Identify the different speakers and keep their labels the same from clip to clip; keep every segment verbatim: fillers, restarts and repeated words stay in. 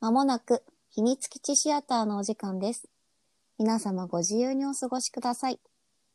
Speaker 1: まもなく秘密基地シアターのお時間です。皆様ご自由にお過ごしください。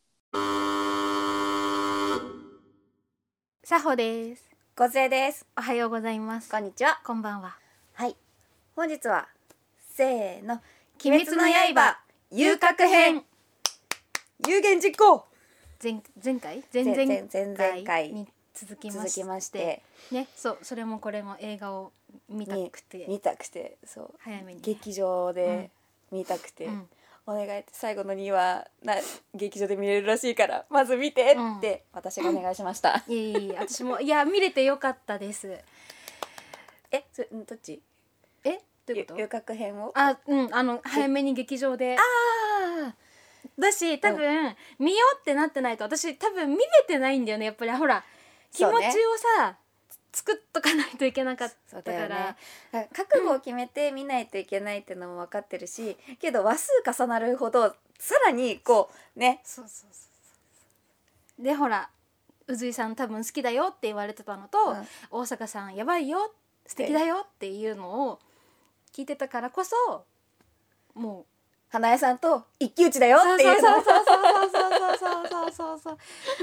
Speaker 2: さほです。
Speaker 3: ごつえです。
Speaker 2: おはようございます。
Speaker 3: こんにちは。
Speaker 2: こんばんは。
Speaker 3: はい。本日はせーの、
Speaker 2: 鬼滅の刃遊郭編。
Speaker 3: 有言実行。
Speaker 2: 前前回前々
Speaker 3: 前前々回
Speaker 2: に続きまして、
Speaker 3: 続きまして
Speaker 2: ね、そうそれもこれも映画を見たくて
Speaker 3: 見たくて、そう
Speaker 2: 早めに
Speaker 3: 劇場で見たくて、
Speaker 2: うん、
Speaker 3: お願いって最後のにわな劇場で見れるらしいからまず見てって、うん、私がお願いしました。
Speaker 2: いえいえ、私もいや見れてよかったです。
Speaker 3: え、そどっち？
Speaker 2: え、どういうこと？
Speaker 3: 遊郭編を？
Speaker 2: あ、うん、あの早めに劇場で。
Speaker 3: ああ。
Speaker 2: だし多分、うん、見ようってなってないと私多分見れてないんだよね。やっぱりほら気持ちをさ、ね、作っとかないといけなかったから、
Speaker 3: ね、覚悟を決めて見ないといけないっていうのも分かってるし、けど話数重なるほどさらにこうね、
Speaker 2: そうそうそうそうでほら宇髄さん多分好きだよって言われてたのと、うん、大阪さんやばいよ素敵だよっていうのを聞いてたからこそ、もう
Speaker 3: 花江さんと一騎打ちだよっていう
Speaker 2: そうそうそうそうそうそうそうそうそう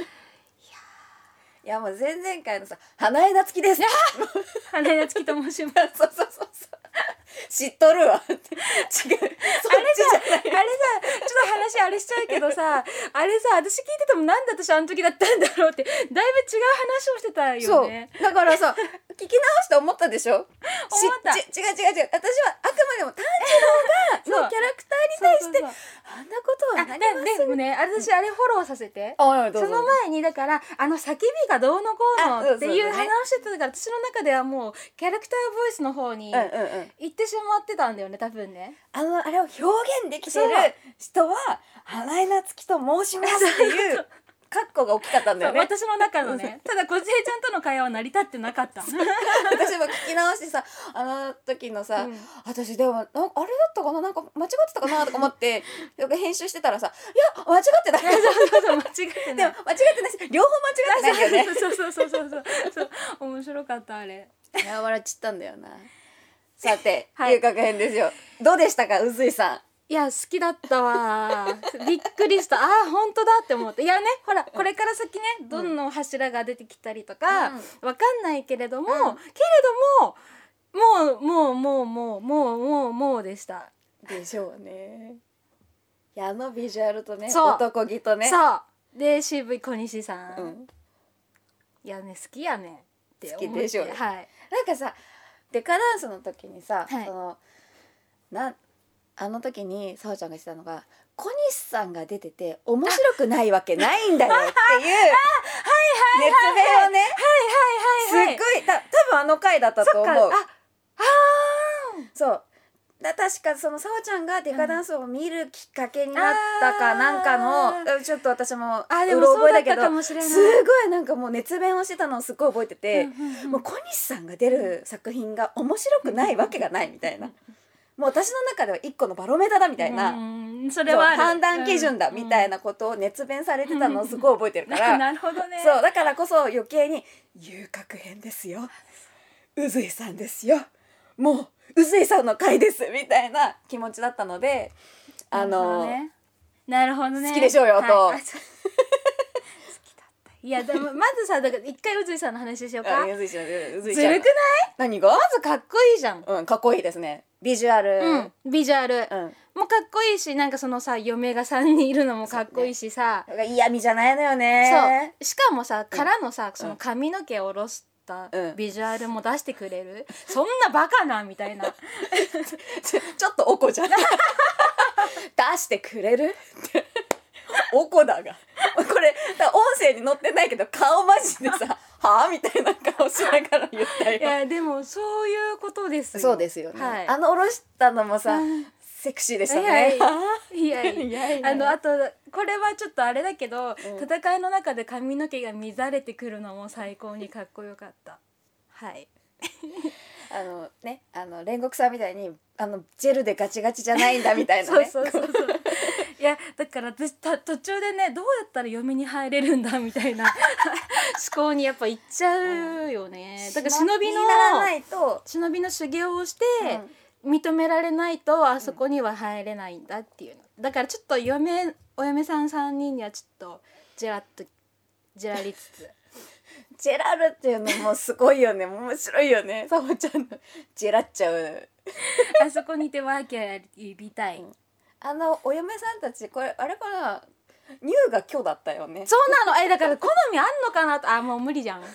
Speaker 3: いやもう前々回のさ、花江夏樹です。
Speaker 2: 花江夏樹と申します。
Speaker 3: そうそうそうそう。知っとるわ。違う。あれさ、あれさ、ちょ
Speaker 2: っと話あれしちゃうけどさ、あれさ、私聞いててもなんで私あの時だったんだろうってだいぶ違う話をしてたよね。
Speaker 3: そう。だからさ、聞き直して思ったでしょ。
Speaker 2: 思った。
Speaker 3: 違う違う違う。私はあくまでも炭治郎がのキャラクターに対してあんなことはなりません。
Speaker 2: でもね、私あれフォローさせて。
Speaker 3: そ
Speaker 2: の前にだからあの叫びがどうのこうのっていう話をしてたから、私の中ではもうキャラクターボイスの方に行ってしまってたんだよね、多分ね。
Speaker 3: あのあれを表現できてる人は花江夏樹と申しますっていうカッコが大きかったんだよね。
Speaker 2: 私の中のね。ただ小杖ちゃんとの会話は成り立ってなかった。
Speaker 3: 私も聞き直してさ、あの時のさ、うん、私でもあれだったかな、なんか間違ってたかなとか思って編集してたらさ、いや間違ってない。
Speaker 2: そうそうそう間違ってない。
Speaker 3: でも間違ってないし、両方間違ってないんだよね。
Speaker 2: そうそうそうそうそうそう面白かったあれ。
Speaker 3: いや笑っちったんだよな。さて、はい、遊郭編ですよ。どうでしたか、宇髄さん。
Speaker 2: いや好きだったわ。びっくりした。あー本当だって思って。いやね、ほらこれから先ね、どの柱が出てきたりとか、うん、わかんないけれども、うん、けれどももうもうもうもうもうもうでした
Speaker 3: でしょうね。いやあのビジュアルとね、男気とね、
Speaker 2: そうで渋い小西さん、うん、いやね好きやねって思って。
Speaker 3: 好きでしょうね。はい。なんかさデカダンスの時にさ、はい、そのなあの時にさおちゃんが言ってたのが、小西さんが出てて面白くないわけないんだよっていう熱弁をね、すっごいた多分あの回だったと思う。ああそうだ、確かそのさおちゃんがデカダンスを見るきっかけになったかなんかの、うん、ちょっと私もうろ覚えだけど、すごいなんかもう熱弁をしてたのをすっごい覚えてて、うんうんうん、もう小西さんが出る作品が面白くないわけがないみたいな。もう私の中では一個のバロメーターだみたいな、
Speaker 2: うん、それは
Speaker 3: 判断基準だみたいなことを熱弁されてたのをすごい覚えてるから、
Speaker 2: なるほどね。
Speaker 3: そうだからこそ余計に遊郭編ですよ、宇髄さんですよ、もう宇髄さんの回ですみたいな気持ちだったので、あの
Speaker 2: なるほどね、
Speaker 3: 好きでしょうよと、はい、
Speaker 2: いやでもまずさ、だから一回宇髄さんの話しようか。
Speaker 3: 宇髄ちゃん、宇髄
Speaker 2: ちゃんずるくない？
Speaker 3: 何が？
Speaker 2: まずかっこいいじゃん。
Speaker 3: うん、かっこいいですね。ビジュアル、
Speaker 2: うん、ビジュアル、うん、もうかっこいいし、なんかそのさ嫁がさんにんいるのもかっこいいしさ、
Speaker 3: ね、嫌味じゃないのよね。
Speaker 2: そうしかもさ、からのさ、その髪の毛を下ろしたビジュアルも出してくれる、うん、そんなバカなみたいなち
Speaker 3: ょ, ちょっとおこじゃん出してくれるっておこだがこれ音声に載ってないけど顔マジでさはぁみたいな顔しながら言ったよ。
Speaker 2: いやでもそういうことですよ。
Speaker 3: そうですよね、はい、あの下ろしたのもさ、うん、セクシーでしたね。
Speaker 2: いやいやいやいやあのあとこれはちょっとあれだけど、うん、戦いの中で髪の毛が乱れてくるのも最高にかっこよかった。はい
Speaker 3: あのね、あの煉獄さんみたいにあのジェルでガチガチじゃないんだみたいなね
Speaker 2: そうそうそうそういやだから私た途中でね、どうやったら嫁に入れるんだみたいな思考にやっぱ行っちゃうよね、うん、だから忍びの忍びの修行をして、 認められないとあそこには入れないんだっていうの、だからちょっと嫁お嫁さんさんにんにはちょっとジェラっとジェラりつつ
Speaker 3: ジェラるっていうのもすごいよね。面白いよね。さほちゃんのジェラっちゃう。
Speaker 2: あそこにいてワーキャーやりたい、うん、
Speaker 3: あのお嫁さんたちこれあれかな、乳が虚だったよね。
Speaker 2: そうなの。えだから好みあんのかなと。あもう無理じゃん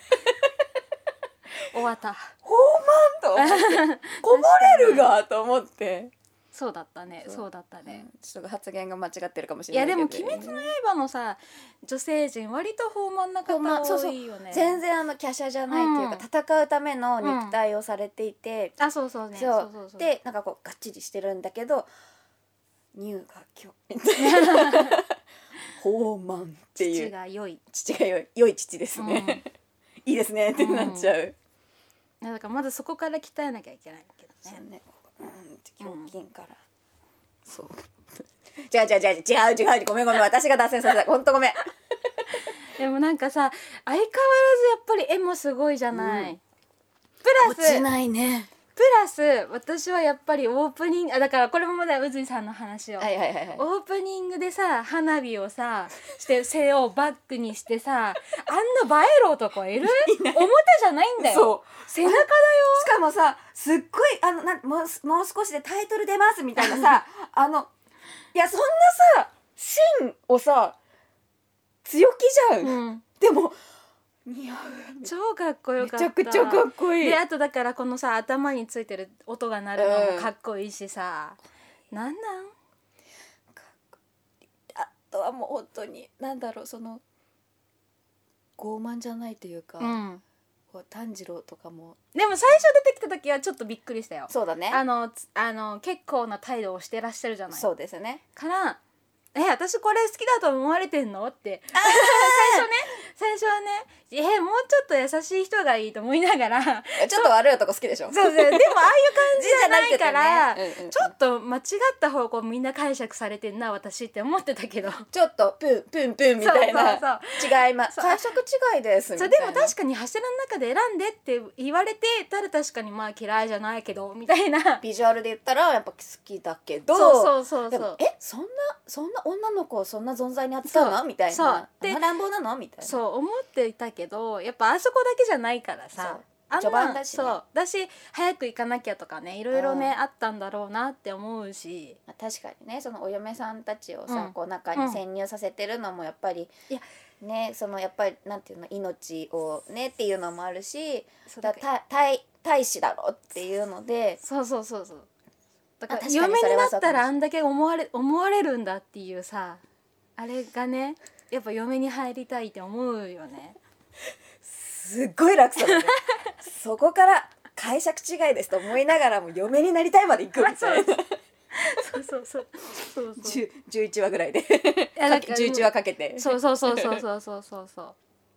Speaker 2: 終わった。
Speaker 3: ほーまんと思ってこぼれるがと思って
Speaker 2: そうだったね。そうだったね、
Speaker 3: うん、ちょっと発言が間違ってるかもしれないけど。
Speaker 2: いやでも鬼滅の刃のさ女性陣割と豊満な方多いよね。そうそう
Speaker 3: 全然あの華奢じゃないっていうか、うん、戦うための肉体をされていて、
Speaker 2: うん、あそうそうね。
Speaker 3: そうそうそうそうでなんかこうがっちりしてるんだけど乳が虚みたいな豊満っていう
Speaker 2: 父が良い
Speaker 3: 父が良い良い父ですね、うん、いいですねってなっちゃう、
Speaker 2: うん、だからまずそこから鍛えなきゃいけないけどね。
Speaker 3: そうね、うん、胸筋から、うん、そう違う違う違う違う違う違うごめんごめん私が脱線させたほんとごめん
Speaker 2: でもなんかさ相変わらずやっぱり絵もすごいじゃない、うん、プラス
Speaker 3: 落ちないね。
Speaker 2: プラス私はやっぱりオープニングあだからこれもまだ宇髄さんの話を、
Speaker 3: はいはいはいはい、
Speaker 2: オープニングでさ花火をさして背をバックにしてさあんな映える男いる表じゃないんだよ。そう背中だよ。
Speaker 3: しかもさすっごいあのなもう、もう少しでタイトル出ますみたいなさあのいやそんなさシーンをさ強気じゃん、うん、でも似合う
Speaker 2: 超かっこよかった。
Speaker 3: めちゃくちゃかっこいい。
Speaker 2: であとだからこのさ頭についてる音が鳴るのもかっこいいしさ、うん、なんなん
Speaker 3: かっこいい。あとはもう本当になんだろうその傲慢じゃないというか、うん、こう炭治郎とかも
Speaker 2: でも最初出てきた時はちょっとびっくりしたよ。
Speaker 3: そうだね。
Speaker 2: あのあの結構な態度をしてらっしゃるじゃない。
Speaker 3: そうですね。
Speaker 2: からえ私これ好きだと思われてんのって最初ね最初はねえもうちょっと優しい人がいいと思いながら
Speaker 3: ちょっと悪い男好きでしょ。
Speaker 2: そうそうでもああいう感じじゃないから、ねうんうん、ちょっと間違った方向みんな解釈されてんな私って思ってたけど
Speaker 3: ちょっとプンプンプンみたいな。そうそうそう違います解釈違いですみたいな。
Speaker 2: そうでも確かに柱の中で選んでって言われてたら確かにまあ嫌いじゃないけどみたいな
Speaker 3: ビジュアルで言ったらやっぱ好きだけど
Speaker 2: そうそうそうそう
Speaker 3: えそんなそんな女の子をそんな存在に扱うのみたいなあんな乱暴なのみたいな
Speaker 2: そう思っていたけどやっぱあそこだけじゃないからさあんな
Speaker 3: 序盤だし、ね、
Speaker 2: そうだし早く行かなきゃとかねいろいろねあったんだろうなって思うし
Speaker 3: 確かにねそのお嫁さんたちをさ、うん、こう中に潜入させてるのもやっぱり、うん、いやねそのやっぱりなんていうの命をねっていうのもあるしだた大大使だろっていうので
Speaker 2: そうそうそうそうだから嫁になったらあんだけ思われ思われるんだっていうさあれがねやっぱ嫁に入りたいって思うよね。
Speaker 3: すっごい楽さだねそこから解釈違いですと思いながらも嫁になりたいまで行くみたいな
Speaker 2: そうそうそうそう
Speaker 3: そうじゅういちわぐらいでじゅういちわかけて
Speaker 2: そうそうそうそうそうそうそうそう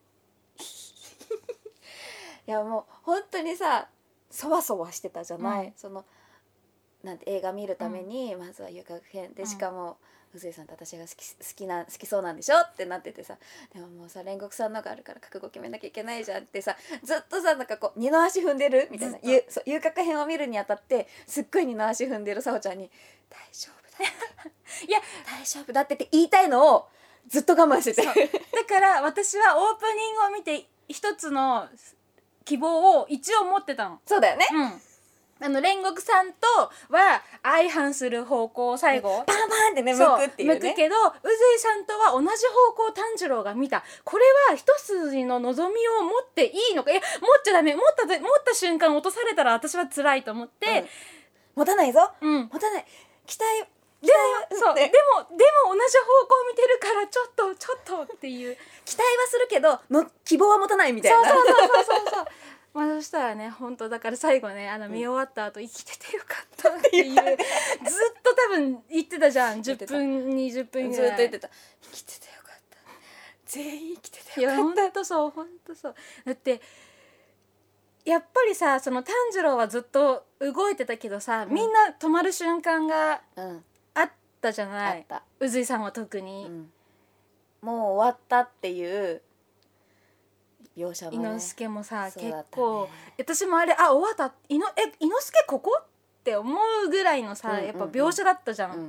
Speaker 3: いやもう本当にさそわそわしてたじゃない、うん、そのなんて映画見るために、うん、まずは遊郭編でしかも宇髄さんと私が好き、好きな好きそうなんでしょってなっててさでももうさ煉獄さんのがあるから覚悟決めなきゃいけないじゃんってさずっとさなんかこう二の足踏んでるみたいな遊郭編を見るにあたってすっごい二の足踏んでるさほちゃんに大丈夫だっていや大丈夫だってって言いたいのをずっと我慢しててだ
Speaker 2: から私はオープニングを見て一つの希望を一応持ってたの。
Speaker 3: そうだよね、
Speaker 2: うんあの煉獄さんとは相反する方向を最後
Speaker 3: パンパンってね向くっていうね
Speaker 2: 向くけど宇髄さんとは同じ方向を炭治郎が見たこれは一筋の望みを持っていいのかいや持っちゃダメ持った持った瞬間落とされたら私は辛いと思って、うん、
Speaker 3: 持たないぞ、うん、持たない期待
Speaker 2: でもそうでもでも同じ方向を見てるからちょっとちょっとっていう
Speaker 3: 期待はするけどの希望は持たないみたいな
Speaker 2: そうそうそうそうそうまあそしたらね本当だから最後ねあの見終わった後、うん、生きててよかったっていうずっと多分言ってたじゃんじゅっぷんにじゅっぷんぐらい
Speaker 3: ずっと言ってた生きててよかった全員生きててよかった
Speaker 2: いや本当そう本当そうだってやっぱりさその炭治郎はずっと動いてたけどさ、うん、みんな止まる瞬間があったじゃない、うん、あった宇髄さんは特に、うん、
Speaker 3: もう終わったっていう描写もね、
Speaker 2: 伊之助もさ、
Speaker 3: ね、
Speaker 2: 結構私もあれあ終わったいのえ伊之助ここっって思うぐらいのさ、
Speaker 3: うんうんうん
Speaker 2: やっぱ描写だったじゃん、
Speaker 3: うん、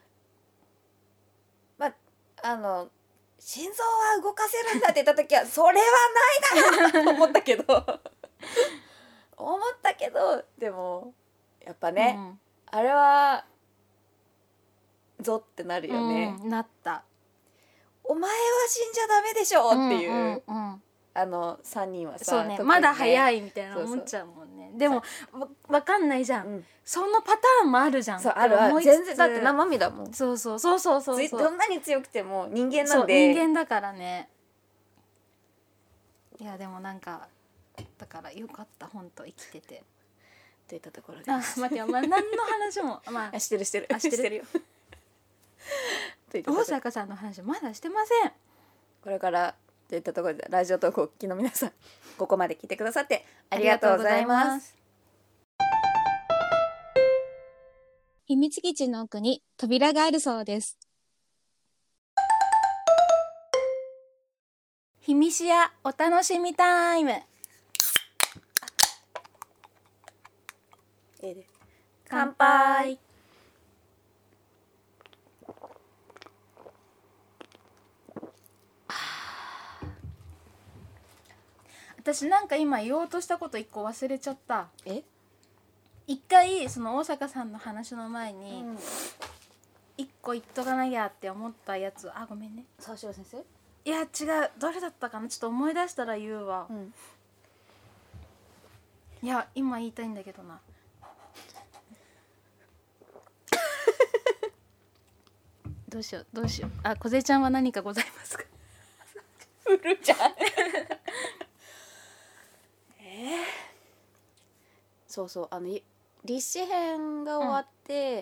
Speaker 3: まああの心臓は動かせるんだって言った時はそれはないだろうと思ったけど思ったけどでもやっぱね、うん、あれはゾってなるよね、
Speaker 2: うん、なった。
Speaker 3: お前は死んじゃダメでしょっていう、うんうんうん、あのさんにんはさ、
Speaker 2: そうね、まだ早いみたいな思っちゃうもんね。でもわかんないじゃん、うん、そのパターンもあるじゃん。
Speaker 3: そうあるある、全然だって生身だもん。
Speaker 2: そうそうそうそうそうそう、
Speaker 3: どんなに強くても人間なんで。
Speaker 2: 人間だからね。いやでもなんかだからよかった本当生きてて
Speaker 3: といったところで。
Speaker 2: あ待ってよ、まあ、何の話もまあ
Speaker 3: してるしてる
Speaker 2: あしてるよ大坂さんの話まだしてません。
Speaker 3: これからといったところでラジオトークをお聞きの皆さん、ここまで聞いてくださってありがとうございます。
Speaker 1: 秘密基地の奥に扉があるそうです。
Speaker 2: 秘密やお楽しみタイム。
Speaker 3: ええで乾杯。
Speaker 2: 私なんか今言おうとしたこと一個忘れちゃった。
Speaker 3: え？
Speaker 2: 一回その大坂さんの話の前に一個言っとかなきゃって思ったやつ、あごめんね。
Speaker 3: 沢城先生？
Speaker 2: いや違う、どれだったかな、ちょっと思い出したら言うわ、うん、いや今言いたいんだけどなどうしようどうしよう。あ、小瀬ちゃんは何かございますか？
Speaker 3: うるちゃんえー、そうそう、あの立志編が終わって、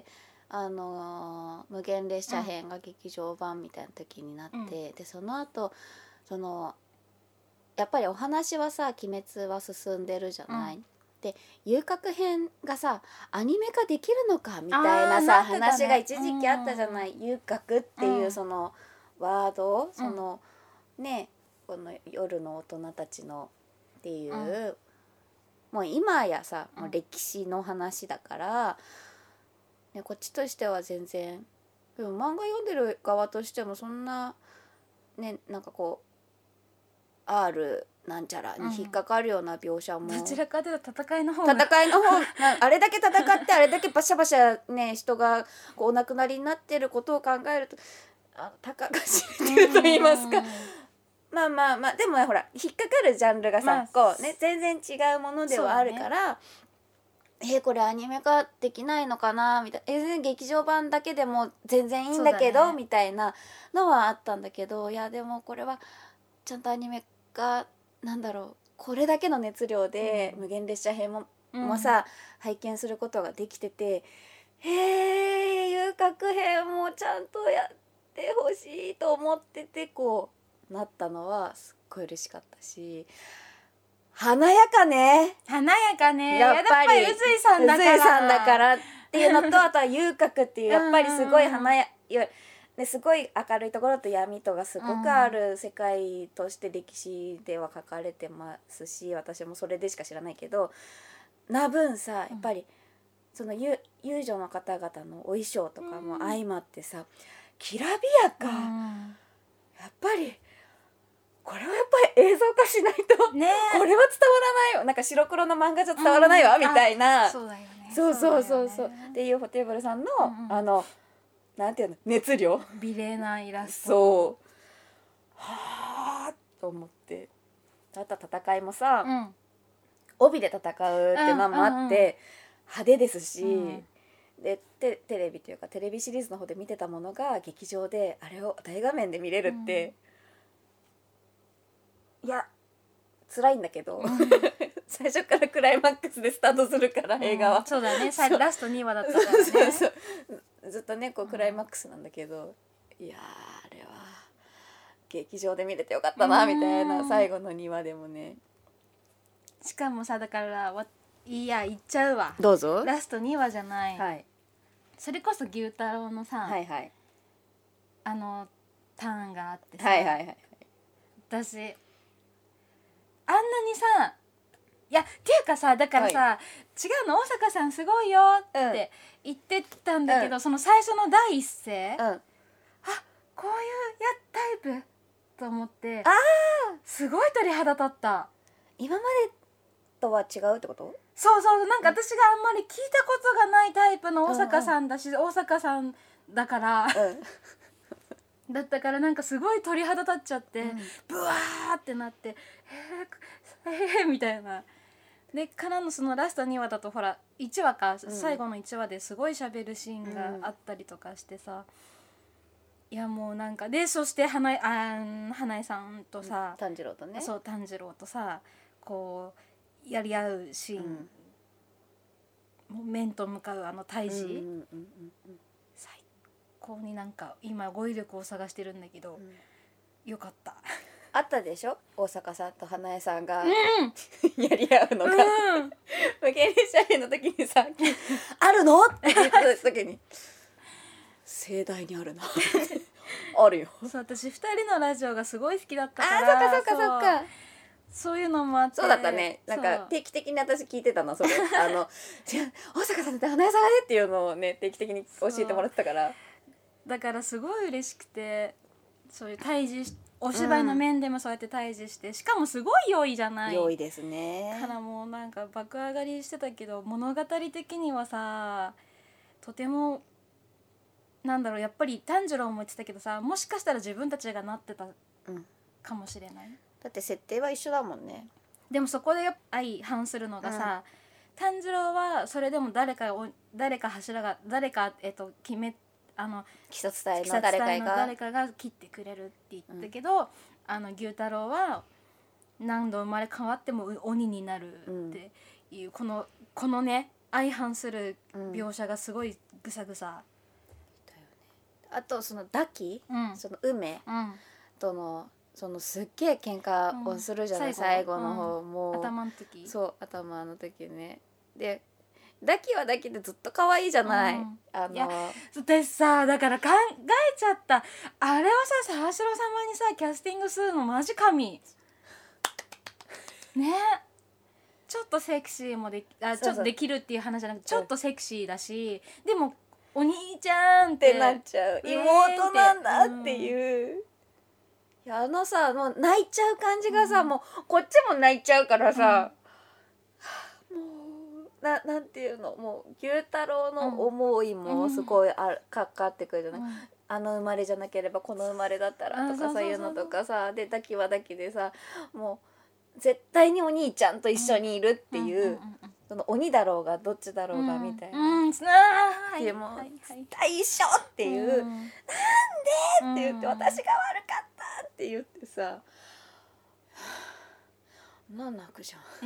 Speaker 3: うん、あの無限列車編が劇場版みたいな時になって、うん、でその後そのやっぱりお話はさ鬼滅は進んでるじゃない、うん、で遊郭編がさアニメ化できるのかみたいなさ、ね、話が一時期あったじゃない、うん、遊郭っていうそのワード、うん、そのねこの夜の大人たちのっていう、うんもう今やさもう歴史の話だから、ね、こっちとしては全然でも漫画読んでる側としてもそんなねなんかこう R なんちゃらに引っかかるような描写も、
Speaker 2: うん、どちらかというと戦いの方が
Speaker 3: 戦いの方あれだけ戦ってあれだけバシャバシャね人がこうお亡くなりになってることを考えるとあたかが知れてると言いますか。まあまあまあでもほら引っかかるジャンルがさ、まあ、こうね全然違うものではあるから、ね、えこれアニメ化できないのかなみたいな、え全然劇場版だけでも全然いいんだけど、ね、みたいなのはあったんだけど、いやでもこれはちゃんとアニメ化なんだろうこれだけの熱量で無限列車編も、うん、もさ拝見することができてて、へえ遊郭編もちゃんとやってほしいと思っててこうなったのはすっごい嬉しかったし、華やかね
Speaker 2: 華やかね
Speaker 3: やっぱり
Speaker 2: 宇髄さんだから
Speaker 3: 宇髄さんだからっていうのとあとは遊郭っていうやっぱりすごい華やですごい明るいところと闇とがすごくある世界として歴史では書かれてますし、私もそれでしか知らないけどな分さやっぱりその遊女の方々のお衣装とかも相まってさきらびやか、やっぱりこれはやっぱり映像化しないと、ね、これは伝わらないよなんか白黒の漫画じゃ伝わらないわ、うん、みたいな
Speaker 2: そうだよね
Speaker 3: そうそうそうそうっていうホテーブルさんの、うんうん、あのなんていうの熱量
Speaker 2: 美麗なイラスト
Speaker 3: そうはあと思って、あと戦いもさ、うん、帯で戦うってのもあって、うんうんうん、派手ですし、うんでテレビというかテレビシリーズの方で見てたものが劇場であれを大画面で見れるって、うん、いや辛いんだけど、うん、最初からクライマックスでスタートするから映画は、うん、
Speaker 2: そうだねラストにわだったからね
Speaker 3: そうそうずっとねこうクライマックスなんだけど、うん、いやあれは劇場で見れてよかったなみたいな最後のにわでもね、
Speaker 2: しかもさだからいや言っちゃうわ
Speaker 3: どうぞ
Speaker 2: ラストにわじゃない、
Speaker 3: はい、
Speaker 2: それこそ牛太郎のさ、
Speaker 3: はいはい、
Speaker 2: あのターンがあってさ、
Speaker 3: はいはいはい、
Speaker 2: 私あんなにさいやっていうかさだからさ、はい、違うの大阪さんすごいよって言ってたんだけど、うん、その最初の第一声、うん、あこういうやタイプと思ってあすごい鳥肌立った。
Speaker 3: 今までとは違うってこと？
Speaker 2: そうそうなんか私があんまり聞いたことがないタイプの大阪さんだし、うんうん、大阪さんだから、うん、だったからなんかすごい鳥肌立っちゃって、うん、ブワーってなってへえへえみたいなでからのそのラストにわだとほらいちわか、うん、最後のいちわですごい喋るシーンがあったりとかしてさ、うん、いやもうなんかでそして花江あ花江さんとさ、
Speaker 3: うん、炭治郎とね
Speaker 2: そう炭治郎とさこうやり合うシーン、うん、もう面と向かうあの対峙、うんうんうんうん、最高になんか今語彙力を探してるんだけど、うん、よかった
Speaker 3: あったでしょ大阪さんと花江さんが、うん、やり合うのが、うん、無限列車編の時にさあるのって言った時に盛大にあるなあるよ。
Speaker 2: そう私ふたりのラジオがすごい好きだったから
Speaker 3: あそっかそっかそっか
Speaker 2: そういうのもあって
Speaker 3: そうだったねなんか定期的に私聞いてたのそれあの大阪さんって花江さんがねっていうのをね定期的に教えてもらってたから
Speaker 2: だからすごい嬉しくてそういう対峙しお芝居の面でもそうやって対峙して、うん、しかもすごい良いじゃない
Speaker 3: 良いですね
Speaker 2: からもうなんか爆上がりしてたけど物語的にはさとてもなんだろうやっぱり炭治郎も言ってたけどさもしかしたら自分たちがなってたかもしれない、うん、
Speaker 3: だって設定は一緒だもんね。
Speaker 2: でもそこで相反するのがさ、うん、炭治郎はそれでも誰かを誰か柱が誰か、えっと、決めあの
Speaker 3: 鬼殺隊の誰かが
Speaker 2: 誰かが切ってくれるって言ったけど、うん、あの牛太郎は何度生まれ変わっても鬼になるっていう、うん、このこのね相反する描写がすごいぐさぐさ、
Speaker 3: うん、あとそのダキ、うん、その梅とのそのすっげえ喧嘩をするじゃない、うん、最後の方、うん、もう
Speaker 2: 頭の時
Speaker 3: そう頭の時ねでダキはダキでずっと可愛いじゃない、うん、あのいや
Speaker 2: 私さだから考えちゃったあれをさ沢城様にさキャスティングするのマジ神ねちょっとセクシーもできあちょっとできるっていう話じゃなくてちょっとセクシーだしでもお兄ちゃんって
Speaker 3: ってなっちゃう妹なんだっていう、うん、いやあのさもう泣いちゃう感じがさ、うん、もうこっちも泣いちゃうからさ、うん、もうななんていうのもう牛太郎の思いもすごいあかかってくるじゃない、うん、あの生まれじゃなければこの生まれだったらとかそういうのとかさでダキはダキでさもう絶対にお兄ちゃんと一緒にいるっていう、その鬼だろうがどっちだろうがみたいな、うんうん、でも、はいはい、絶対一緒っていう、うん、なんでって言って、うん、私が悪かったって言ってさなん泣くじゃん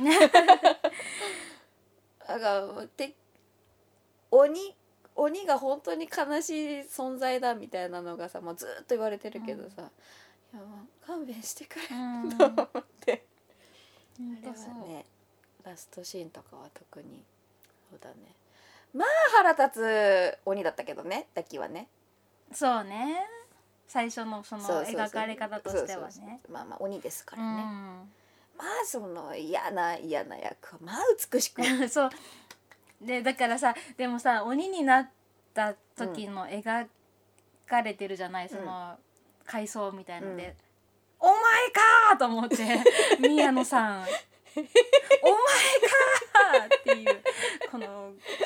Speaker 3: だからて鬼鬼が本当に悲しい存在だみたいなのがさもうずっと言われてるけどさ、うん、いや勘弁してくれ、うん、と思ってあれはねラストシーンとかは特にそうだねまあ腹立つ鬼だったけどねダキはね
Speaker 2: そうね最初のその描かれ方としてはね
Speaker 3: まあまあ鬼ですからね、うん、まあその嫌な嫌な役はまあ美しく
Speaker 2: そうでだからさでもさ鬼になった時の描かれてるじゃない、うん、その回想みたいので、うん、お前かーと思って宮野さんお前かーっていうこのなん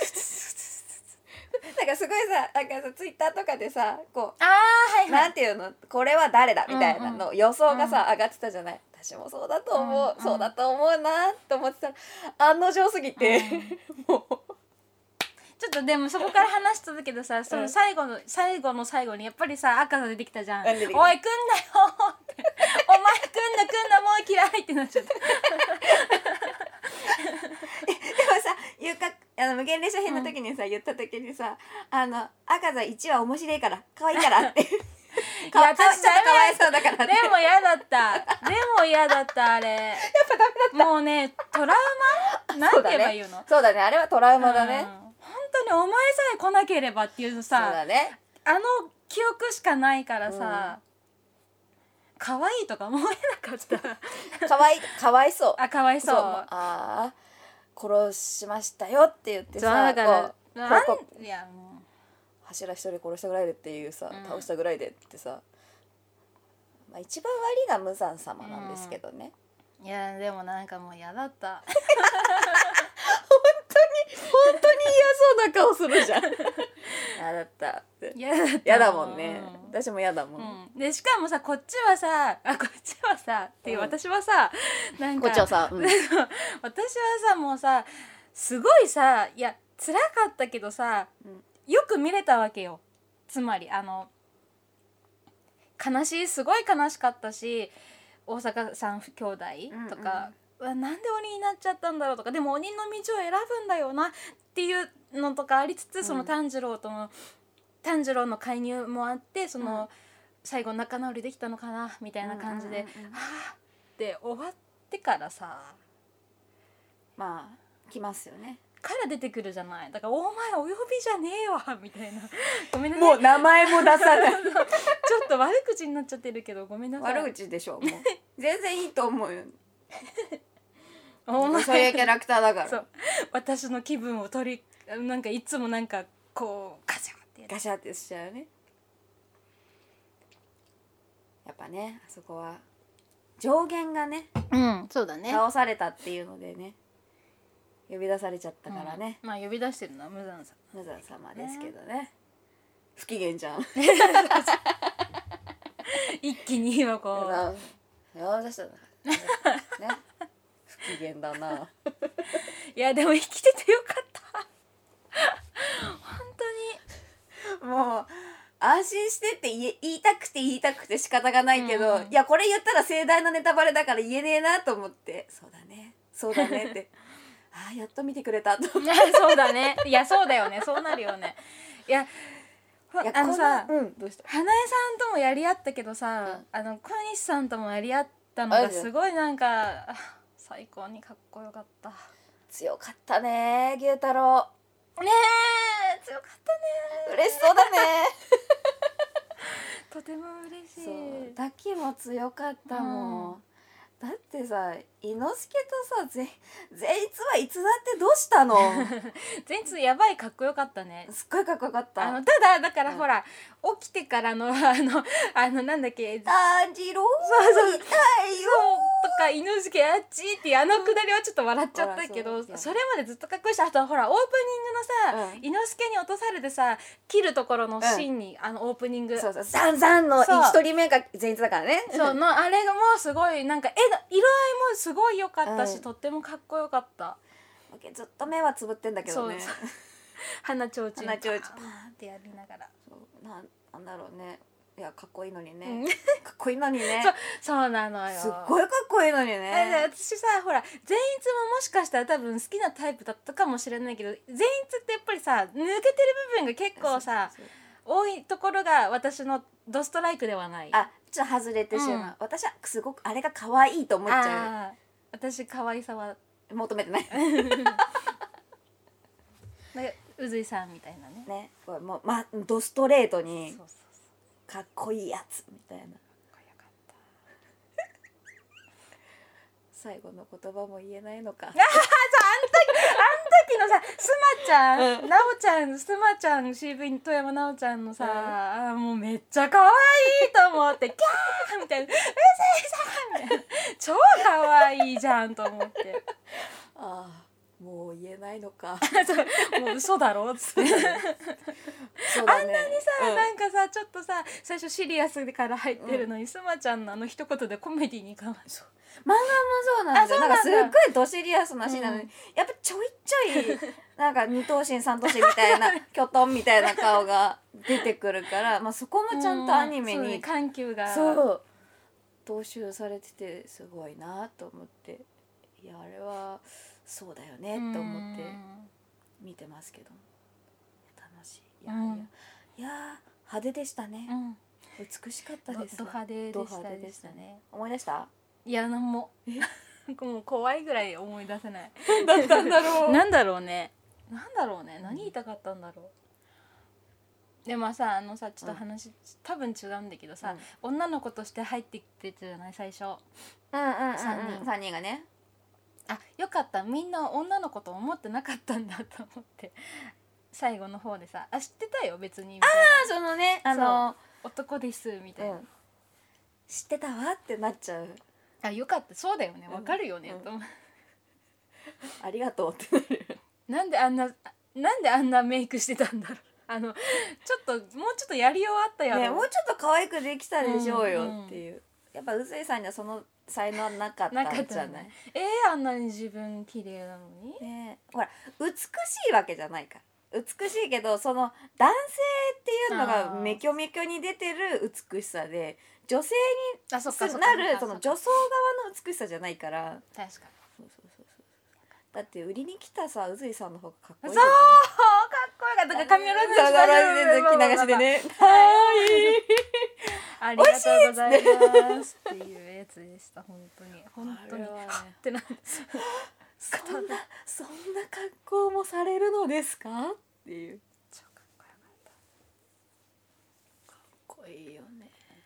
Speaker 3: かすごいさなんかさツイッターとかでさこう
Speaker 2: あ、はいはい、
Speaker 3: なんていうのこれは誰だみたいなの、うんうん、予想がさ、うん、上がってたじゃない私もそうだと思う、うん、そうだと思うなと思ってたら案の定すぎて、うん、もう
Speaker 2: ちょっとでもそこから話し続けどさその最後の、うん、最後の最後にやっぱりさ赤が出てきたじゃん、うん、おい来んなよってお前来んな来んなもう嫌いってなっちゃった
Speaker 3: でもさゆかあの無限列車編の時にさ、うん、言った時にさあの赤座いちは面白いから可愛いからってかわいそうだから
Speaker 2: でも嫌だったでも嫌だったあれやっ
Speaker 3: ぱダメだった
Speaker 2: もうねトラウマなんて言えばいいのそうだね、
Speaker 3: そうだねあれはトラウマだね、うん、
Speaker 2: 本当にお前さえ来なければっていうさ
Speaker 3: そうだね
Speaker 2: あの記憶しかないからさ、 可愛いとか思えなかった
Speaker 3: かわいかわいそう
Speaker 2: あかわいそう
Speaker 3: ああ殺しましたよって言って
Speaker 2: そう
Speaker 3: さ
Speaker 2: だから
Speaker 3: こう
Speaker 2: なん
Speaker 3: こう
Speaker 2: いやも
Speaker 3: 柱一人殺したぐらいでっていうさ、
Speaker 2: うん
Speaker 3: 倒したぐらいでってさ、まあ、一番悪いのは無惨様なんですけどね、
Speaker 2: ういやでもなんかもう嫌だった
Speaker 3: 本当に嫌そうな顔するじゃん嫌だったって
Speaker 2: 嫌だった
Speaker 3: 嫌だもんね、
Speaker 2: うん
Speaker 3: 私も嫌だもん、
Speaker 2: うん、でしかもさこっちはさあこっちはさっていう、
Speaker 3: うん
Speaker 2: 私はさなんか
Speaker 3: こっちはさ、うん
Speaker 2: 私はさもうさすごいさいや辛かったけどさ、
Speaker 3: うん
Speaker 2: よく見れたわけよ。つまりあの悲しいすごい悲しかったし大阪さん兄弟とか、うんうん、なんで鬼になっちゃったんだろうとかでも鬼の道を選ぶんだよなっていうのとかありつつ、うん、その炭治郎との炭治郎の介入もあってその、うん、最後仲直りできたのかなみたいな感じで、うんうんうんうん、はあって終わってからさ
Speaker 3: まあ来ますよね
Speaker 2: から出てくるじゃない。だからお前お呼びじゃねえわみたいなごめんなさい
Speaker 3: もう名前も出さない
Speaker 2: ちょっと悪口になっちゃってるけどごめんなさい。
Speaker 3: 悪口でしょもう全然いいと思うよ
Speaker 2: お前
Speaker 3: そういうキャラクターだから
Speaker 2: そう私の気分を取りなんかいつもなんかこうガシャってや
Speaker 3: ガシャってしちゃうね。やっぱねあそこは上限がね、
Speaker 2: うん、そうだね
Speaker 3: 倒されたっていうのでね呼び出されちゃったからね、
Speaker 2: うん、まあ呼び出してるのは無惨さん
Speaker 3: 無惨様ですけどね不機嫌じゃん
Speaker 2: 一気に今こ
Speaker 3: う呼び出したね不機嫌だない
Speaker 2: やでも生きててよかった本当
Speaker 3: にもう安心してって言え言いたくて言いたくて仕方がないけど、うん、いやこれ言ったら盛大なネタバレだから言えねえなと思ってそうだねそうだねってああやっと見てくれたと
Speaker 2: そうだねいやそうだよねそうなるよねいや
Speaker 3: いや
Speaker 2: あのさ、
Speaker 3: うん、どうした
Speaker 2: 花江さんともやり合ったけどさ、うん、あの小西さんともやり合ったのがすごいなんか最高にかっこよかった
Speaker 3: 強かったね牛太郎
Speaker 2: ねえ強かったね
Speaker 3: 嬉しそうだね
Speaker 2: とても嬉しい
Speaker 3: そうダキも強かったもん、うん、だってさ伊之助とさぜ善逸はいつだってどうしたの
Speaker 2: 善逸やばいかっこよかったね
Speaker 3: すっごいかっこよかった
Speaker 2: あのただだからほら、うん、起きてからのあのあのなんだっけ
Speaker 3: 炭治郎
Speaker 2: そうそう
Speaker 3: 痛いよ
Speaker 2: とか伊之助あっちっていうあのくだりはちょっと笑っちゃったけど、うん、そ, それまでずっとかっこいいしあとほらオープニングのさ、うん、伊之助に落とされてさ切るところのシーンに、うん、あのオープニング
Speaker 3: そうそうザンザンの一人目が善逸だからね
Speaker 2: そうのあれがもうすごいなんか絵が色合いもすごい良かったし、うん、とってもかっこよかった
Speaker 3: ずっと目はつぶってんだけどね
Speaker 2: 鼻ちょうちん
Speaker 3: 鼻ちょうちん
Speaker 2: パーンってやりながら
Speaker 3: そうな、なんだろうねいやかっこいいのにね、うん、かっこいいのにね
Speaker 2: そうそうなのよ
Speaker 3: すっごいかっこいいのにね
Speaker 2: 私さほら善逸ももしかしたら多分好きなタイプだったかもしれないけど善逸ってやっぱりさ抜けてる部分が結構さ多いところが私のドストライクではない
Speaker 3: あちょっと外れてしまう、うん、私はすごくあれが可愛いと思っちゃう
Speaker 2: 私可愛さは
Speaker 3: 求めてない
Speaker 2: 宇髄さんみたいなね
Speaker 3: ねこれもう、ま、ドストレートにそうそうそうかっこいいやつみたいな最後の言葉も言えないのかあ
Speaker 2: そうあん時あん時のさスマちゃん、うん、なおちゃんスマちゃん シーブイ 富山なおちゃんのさ、うん、あもうめっちゃ可愛いと思ってキャーみたいなうせいさんみたいな超可愛いじゃんと思って
Speaker 3: ああもう言えないのか
Speaker 2: もう嘘だろっつってそうだ、ね、あんなにさ、うん、なんかさちょっとさ最初シリアスから入ってるのに、うん、スマちゃんのあの一言でコメディに変わる
Speaker 3: 漫画もそうなんだよなんかすっごいドシリアスなシーンなのに、うん、やっぱちょいちょいなんか二頭身三頭身みたいなキョトンみたいな顔が出てくるから、まあ、そこもちゃんとアニメに、
Speaker 2: うん、緩急が
Speaker 3: そう踏襲されててすごいなと思っていやあれはそうだよねと思って見てますけど楽しいいやいや、うん、いや派手でしたね、うん、美しかったです
Speaker 2: ド派手でしたね、でしたね
Speaker 3: 思い出した
Speaker 2: いやなんももう怖いぐらい思い出せない
Speaker 3: だったんだろう
Speaker 2: なんだろうねなんだろうね何言いたかったんだろでもさあのさちょっと話、うん、多分違うんだけどさ、うん、女の子として入ってきてたじゃない最初。
Speaker 3: うんうんうんうん、さんにんさんにんがね。
Speaker 2: あ、よかった、みんな女の子と思ってなかったんだと思って最後の方でさ、あ知ってたよ別にみたいな。
Speaker 3: ああそのねあの
Speaker 2: 男ですみたいな、うん、
Speaker 3: 知ってたわってなっちゃう。
Speaker 2: あよかった、そうだよね、わかるよね、うん、と思う
Speaker 3: ありがとうってなる。
Speaker 2: なんであんななんであんなメイクしてたんだろうあのちょっともうちょっとやりようあったやろ、
Speaker 3: ね、もうちょっと可愛くできたでしょうよっていう、うんうん、やっぱうずいさんにはその才能なかったんじゃない？ね、
Speaker 2: えー、あんなに自分綺麗なのに、
Speaker 3: ね、ほら美しいわけじゃないから美しいけどその男性っていうのがめきょめきょに出てる美しさで女性になるその女装側の美しさじゃないから。
Speaker 2: 確かに
Speaker 3: そうそうそうそうだって売りに来たさうずいさんの方がかっこいい、
Speaker 2: そうかっこよかったから髪をロ
Speaker 3: 着流しでね
Speaker 2: はいありがとうございますっていうやつでした。本当に本当にってなんです
Speaker 3: そんなそんな格好もされるのですかっていう。
Speaker 2: 超かっこよかった。
Speaker 3: かっこいいよね。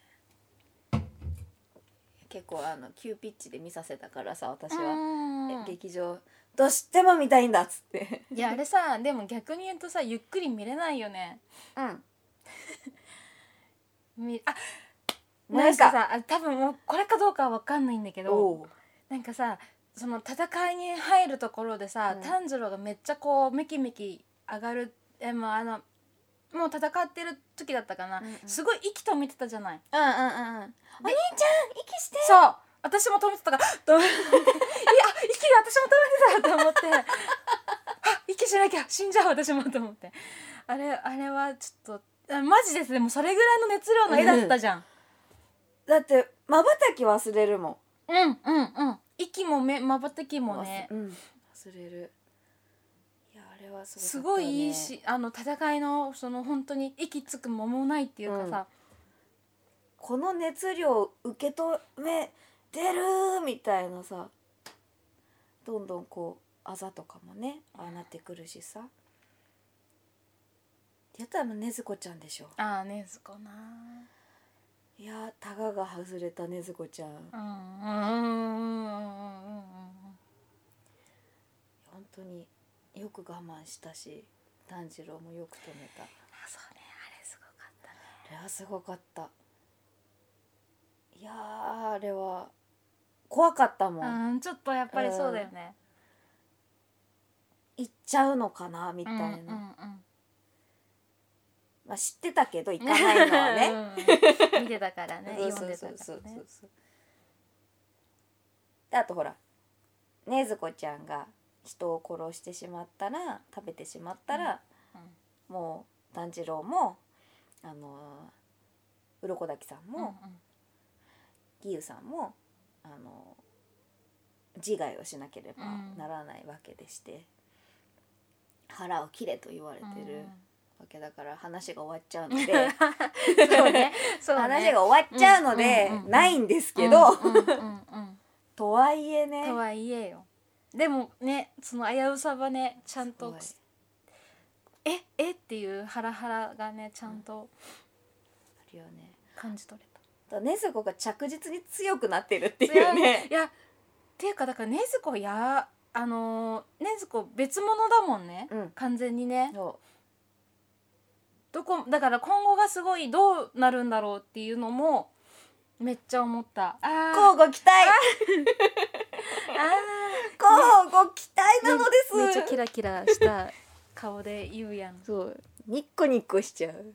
Speaker 3: 結構あの急ピッチで見させたからさ私は劇場どうしても見たいんだっつって
Speaker 2: いやあれさでも逆に言うとさゆっくり見れないよね。
Speaker 3: うん
Speaker 2: みあなんかさ多分もうこれかどうかは分かんないんだけどなんかさその戦いに入るところでさ、うん、炭治郎がめっちゃこうメキメキ上がるえもうあのもう戦ってる時だったかな、うんうん、すごい息止めてたじゃない。
Speaker 3: うんうんうんお兄ちゃん息して
Speaker 2: そう私も止めてたからいや息が私も止めてたと思ってあ息しなきゃ死んじゃう私もと思ってあれあれはちょっとマジですでもそれぐらいの熱量の絵だったじゃん、うん、
Speaker 3: だってまばたき忘れるも
Speaker 2: んうんうんうん息もめまばたきもね、
Speaker 3: うん、忘れる。いやあれはすごかったね。
Speaker 2: すごいいいしあの戦いのその本当に息つく間もないっていうかさ、うん、
Speaker 3: この熱量受け止めてるみたいなさどんどんこうあざとかもねああなってくるしさってやったら禰豆子ちゃんでしょ。
Speaker 2: ああ禰豆子な。
Speaker 3: いやタガが外れた禰豆子ちゃん。
Speaker 2: うんうんうんうんうんうん
Speaker 3: 本当によく我慢したし炭治郎もよく止めた。
Speaker 2: あそうねあれすごかったね。
Speaker 3: あれはすごかった。いやあれは怖かったもん、
Speaker 2: うん、ちょっとやっぱりそうだよね、
Speaker 3: うん、行っちゃうのかなみたいな、うんうんうんまあ、知ってたけど行かないのはね
Speaker 2: うん、見てたからね読んでたからね。
Speaker 3: であとほら禰豆子ちゃんが人を殺してしまったら食べてしまったら、うんうん、もう炭治郎もあの鱗滝さんも、うんうん、義勇さんもあの自害をしなければならないわけでして、うん、腹を切れと言われてるわけだから話が終わっちゃうので
Speaker 2: そうねそうね
Speaker 3: 話が終わっちゃうので、うんうんうん、ないんですけど、うんうんうんうん、とはいえね
Speaker 2: とはいえよでもねその危うさはねちゃんとええっていうハラハラがねちゃんと
Speaker 3: あるよね
Speaker 2: 感じ取れた。
Speaker 3: 禰豆子が着実に強くなってるっていうね。
Speaker 2: いやっていうかだから禰豆子やあの禰豆子別物だもんね、うん、完全にね。どこだから今後がすごいどうなるんだろうっていうのもめっちゃ思った。
Speaker 3: あ交互期待あ交互期待なのです。
Speaker 2: めっちゃキラキラした顔で言うやん。
Speaker 3: そうニッコニッコしちゃう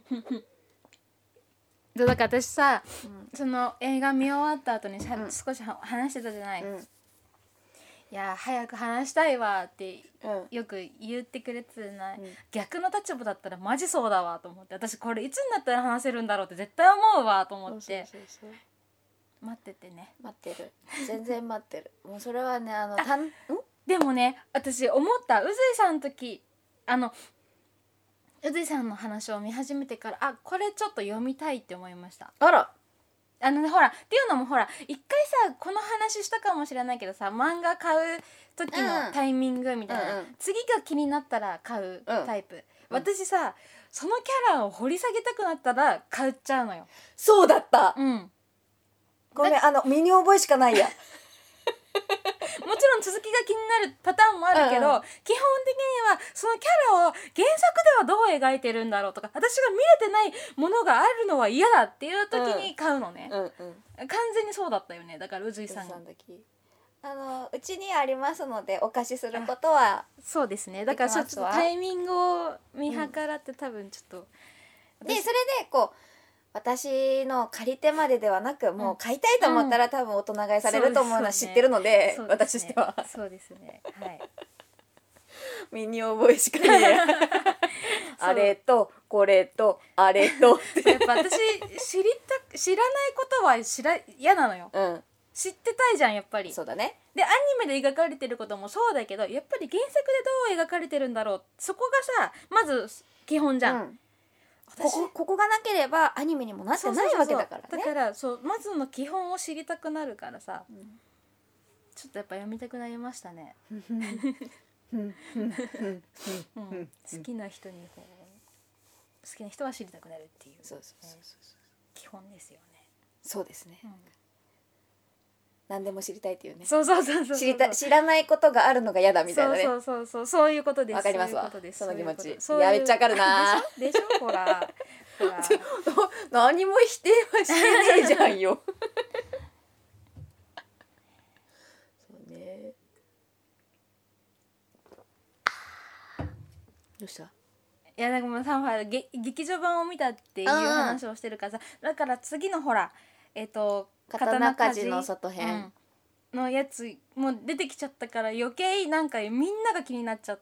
Speaker 2: だから私さ、うん、その映画見終わった後にさ、うん、少し話してたじゃない、うん、いや早く話したいわってよく言ってくれてない、うん、逆の立場だったらマジそうだわと思って私これいつになったら話せるんだろうって絶対思うわと思ってそうそうそうそう待っててね
Speaker 3: 待ってる全然待ってるもうそれはねあのたん
Speaker 2: でもね私思った宇髄さんの時あの宇髄さんの話を見始めてからあこれちょっと読みたいって思いました。
Speaker 3: あら
Speaker 2: あのねほらっていうのもほら一回さこの話したかもしれないけどさ漫画買う時のタイミングみたいな、うんうん、次が気になったら買うタイプ、うん、 私さそのキャラを掘り下げたくなったら買っちゃうのよ。
Speaker 3: そうだった、
Speaker 2: うん、
Speaker 3: ごめん、あの身に覚えしかないや
Speaker 2: もちろん続きが気になるパターンもあるけど、うんうん、基本的にはそのキャラを原作ではどう描いてるんだろうとか、私が見れてないものがあるのは嫌だっていう時に買うのね、うんうんうん、完全にそうだったよね。だから宇髄さんが
Speaker 3: あのうちにありますのでお貸しすることは
Speaker 2: そうですね。だからちょっとタイミングを見計らって多分ちょっと、
Speaker 3: うん、でそれでこう私の借り手までではなく、もう買いたいと思ったら、うん、多分大人買いされると思うのは知ってるので、
Speaker 2: そうですね、
Speaker 3: 私としては
Speaker 2: そうですね、はい、
Speaker 3: 身に覚えしかねえあれとこれとあれと
Speaker 2: やっぱ私知りた知らないことは知ら嫌なのよ、うん、知ってたいじゃんやっぱり。
Speaker 3: そうだね。で
Speaker 2: アニメで描かれてることもそうだけど、やっぱり原作でどう描かれてるんだろう、そこがさまず基本じゃん、うん、
Speaker 3: ここ、ここがなければアニメにもなってないわけだからね。
Speaker 2: だからそうまずの基本を知りたくなるからさ、うん、ちょっとやっぱ読みたくなりましたねうん、好きな人にこう好きな人は知りたくなるっていう、そうそうそうそう、基本ですよね。
Speaker 3: そうですね、うん、何でも知りたいっていうね。
Speaker 2: そうそうそうそう、
Speaker 3: 知りた知らないことがあるのが嫌だみたいなね。
Speaker 2: そうそうそうそう、そういうことです。わ
Speaker 3: かりますわ。
Speaker 2: そういうことです。
Speaker 3: その気持ち。いやめっちゃわかるな。
Speaker 2: でしょ。でしょほら。ほら
Speaker 3: 何も否定はしてねえじゃんよ。そうね。どうした？
Speaker 2: いやなんかもうさ、劇場版を見たっていう話をしてるからさ、だから次のほらえっと
Speaker 3: 刀鍛冶の外編、
Speaker 2: うん、のやつも出てきちゃったから余計なんかみんなが気になっちゃって、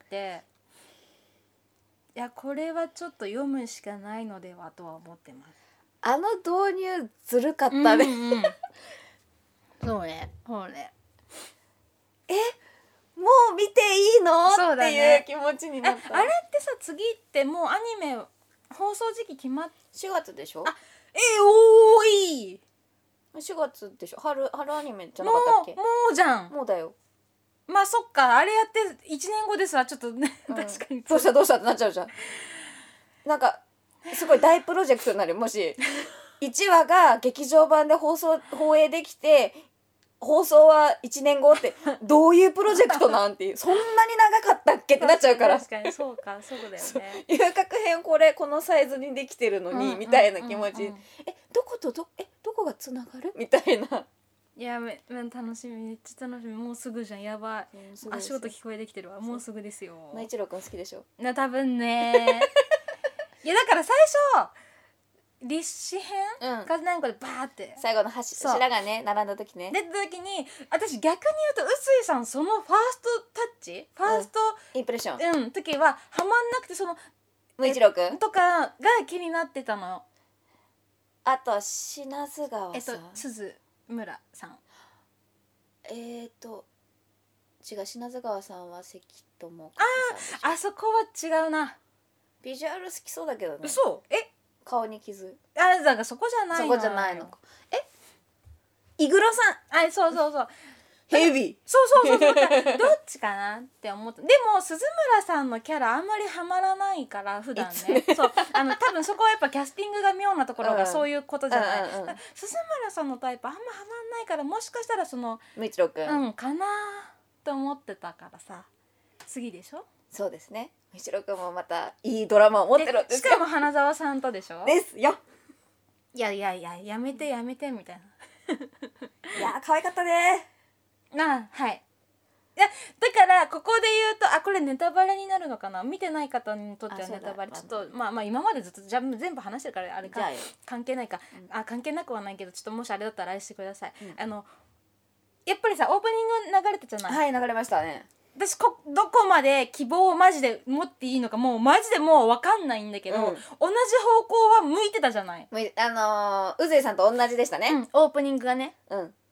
Speaker 2: いやこれはちょっと読むしかないのではとは思ってます。
Speaker 3: あの導入ずるかったね、うんうん、
Speaker 2: そうねそうね。
Speaker 3: えもう見ていいの、ね、っていう気持ちになった。
Speaker 2: あれってさ次ってもうアニメ放送時期決まっ
Speaker 3: しがつでしょ。
Speaker 2: あえー、おーい
Speaker 3: しがつでしょ。春春アニメじゃなかったっけ。
Speaker 2: もうもうじゃん。
Speaker 3: もうだよ。
Speaker 2: まあそっか、あれやっていちねんごですわ。ちょっとね、うん、確かに
Speaker 3: どうしたどうしたってなっちゃうじゃん。なんかすごい大プロジェクトになる。もしいちわが劇場版で放送放映できて放送はいちねんごってどういうプロジェクトなんていうそんなに長かったっけってなっちゃうから。
Speaker 2: 確かにそうか、そうだよね。
Speaker 3: 遊郭編これこのサイズにできてるのに、うん、みたいな気持ち、うんうん、えどことどえどこがつながるみたいな。
Speaker 2: いやめ楽しみ、めっちゃ楽しみ。もうすぐじゃん。やばい、うん、足音聞こえてきてるわ。もうすぐですよ。
Speaker 3: 内一郎くん好きでしょ。
Speaker 2: な多分ねいやだから最初立志編、うん、かなんかでバーって
Speaker 3: 最後の柱がね並んだ時ね
Speaker 2: 出た時に私逆に言うと臼井さんそのファーストタッチファースト、
Speaker 3: うん、インプレッション
Speaker 2: うん時はハマんなくてその
Speaker 3: 無一郎くん
Speaker 2: とかが気になってたの。
Speaker 3: あと品津川さん、
Speaker 2: えっと鈴村さん
Speaker 3: えーと違う品津川さんは関智
Speaker 2: あああそこは違うな。
Speaker 3: ビジュアル好きそうだけどね。
Speaker 2: そうえ
Speaker 3: 顔に傷
Speaker 2: あだからそこじゃない
Speaker 3: のそこじゃないのか。えイグロさ
Speaker 2: んあそうそうそう
Speaker 3: ヘビー
Speaker 2: そうそうそうそうどっちかなって思ったでも鈴村さんのキャラあんまりハマらないから普段ねそうあの多分そこはやっぱキャスティングが妙なところがそういうことじゃない、うんうんうん、鈴村さんのタイプあんまハマんないからもしかしたらその
Speaker 3: 無一郎くん
Speaker 2: うんかなと思ってたからさ次でしょ。
Speaker 3: そうですね。無一郎くんもまたいいドラマを持ってるんですよ。
Speaker 2: しかも花澤さんとでしょ。
Speaker 3: ですよ。
Speaker 2: いやいやいややめてやめてみたい
Speaker 3: ないや可愛かったね。
Speaker 2: なはいいやだからここで言うとあこれネタバレになるのかな。見てない方にとってはネタバレちょっとまあまあ今までずっとじゃ全部話してるからあれか関係ないか、うん、あ関係なくはないけどちょっともしあれだったらあれしてください、うん、あのやっぱりさオープニング流れたじゃない。
Speaker 3: はい流れましたね。
Speaker 2: 私こどこまで希望をマジで持っていいのかもうマジでもう分かんないんだけど、うん、同じ方向は向いてたじゃない。
Speaker 3: あのー、宇髄さんと同じでしたね、
Speaker 2: うん、オープニングがね。うんん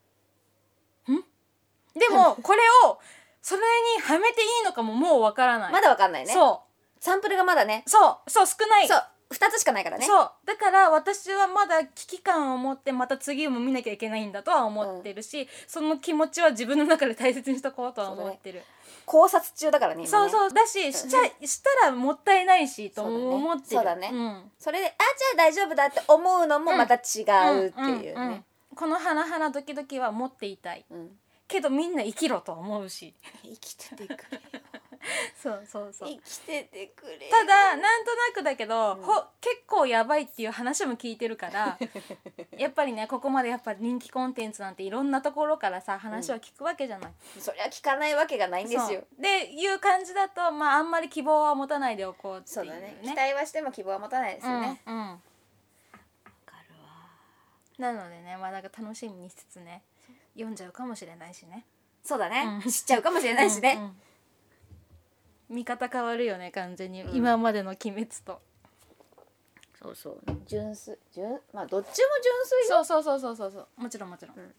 Speaker 2: でもこれをそれにはめていいのかももう分からない。
Speaker 3: まだ分かんないね。
Speaker 2: そう
Speaker 3: サンプルがまだね
Speaker 2: そうそう少ない。
Speaker 3: そうふたつしかないからね。
Speaker 2: そうだから私はまだ危機感を持ってまた次も見なきゃいけないんだとは思ってるし、うん、その気持ちは自分の中で大切にしとこうとは思ってる、ね、
Speaker 3: 考察中だからね今ね。
Speaker 2: そうそうだししちゃしたらもったいないしと思ってる。
Speaker 3: そうだね。
Speaker 2: うん、
Speaker 3: それであじゃあ大丈夫だって思うのもまた違うっていうね、うんうんうんうん、
Speaker 2: このハラハラドキドキは持っていたい、うん、けどみんな生きろと思うし
Speaker 3: 生きててくれよ
Speaker 2: そうそうそう
Speaker 3: 生きててくれよ。
Speaker 2: ただなんとなくだけど、うん、ほ結構やばいっていう話も聞いてるからやっぱりねここまでやっぱり人気コンテンツなんていろんなところからさ話は聞くわけじゃない、
Speaker 3: うん、そりゃ聞かないわけがないんですよ。
Speaker 2: でいう感じだとまああんまり希望は持たないでおこうっていうね。
Speaker 3: そうだね、期待はしても希望は持たないですよね。
Speaker 2: うん、うん、分かるわ。なのでねまあなんか楽しみにしつつね読んじゃうかもしれないしね。
Speaker 3: そうだね、うん、知っちゃうかもしれないしね、うんうん、
Speaker 2: 見方変わるよね完全に、うん、今までの鬼滅と。
Speaker 3: そうそう純粋純まあどっちも純粋
Speaker 2: よ。そうそうそうそうそうもちろんもちろん、うん、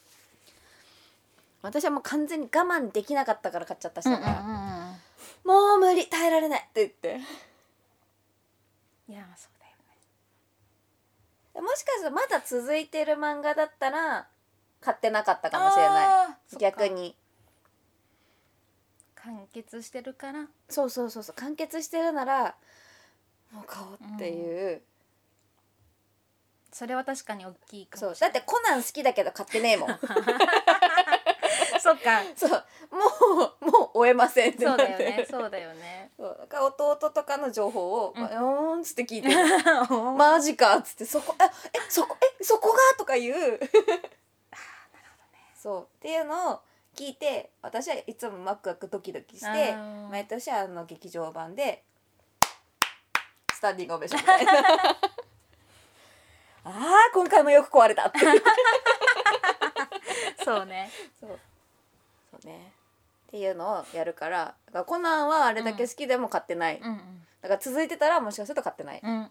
Speaker 3: 私はもう完全に我慢できなかったから買っちゃったしさ、うんうんうん、もう無理耐えられないって言って
Speaker 2: いやそうだよ
Speaker 3: ね。もしかしたらまだ続いてる漫画だったら買ってなかったかもしれない。逆に
Speaker 2: 完結してるから。
Speaker 3: そうそうそうそう完結してるならもう買おうっていう、うん、
Speaker 2: それは確かに大きいかもしれない。
Speaker 3: そうだってコナン好きだけど買ってねえもん
Speaker 2: そっか
Speaker 3: そうもうもう追えませんって
Speaker 2: なって。そうだよねそうだよね。
Speaker 3: そうだから弟とかの情報を「うん、ーん」っつって聞いて「マジか」っつって「そこええそこえそこが」とか言うそうっていうのを聞いて私はいつもワクワクドキドキして毎年あの劇場版でスタンディングオベーションみたいなあー今回もよく壊れたって
Speaker 2: そうね
Speaker 3: そうそうねっていうのをやるから、だからコナンはあれだけ好きでも買ってない、うんうん、だから続いてたらもしかすると買ってない、うんうんうん、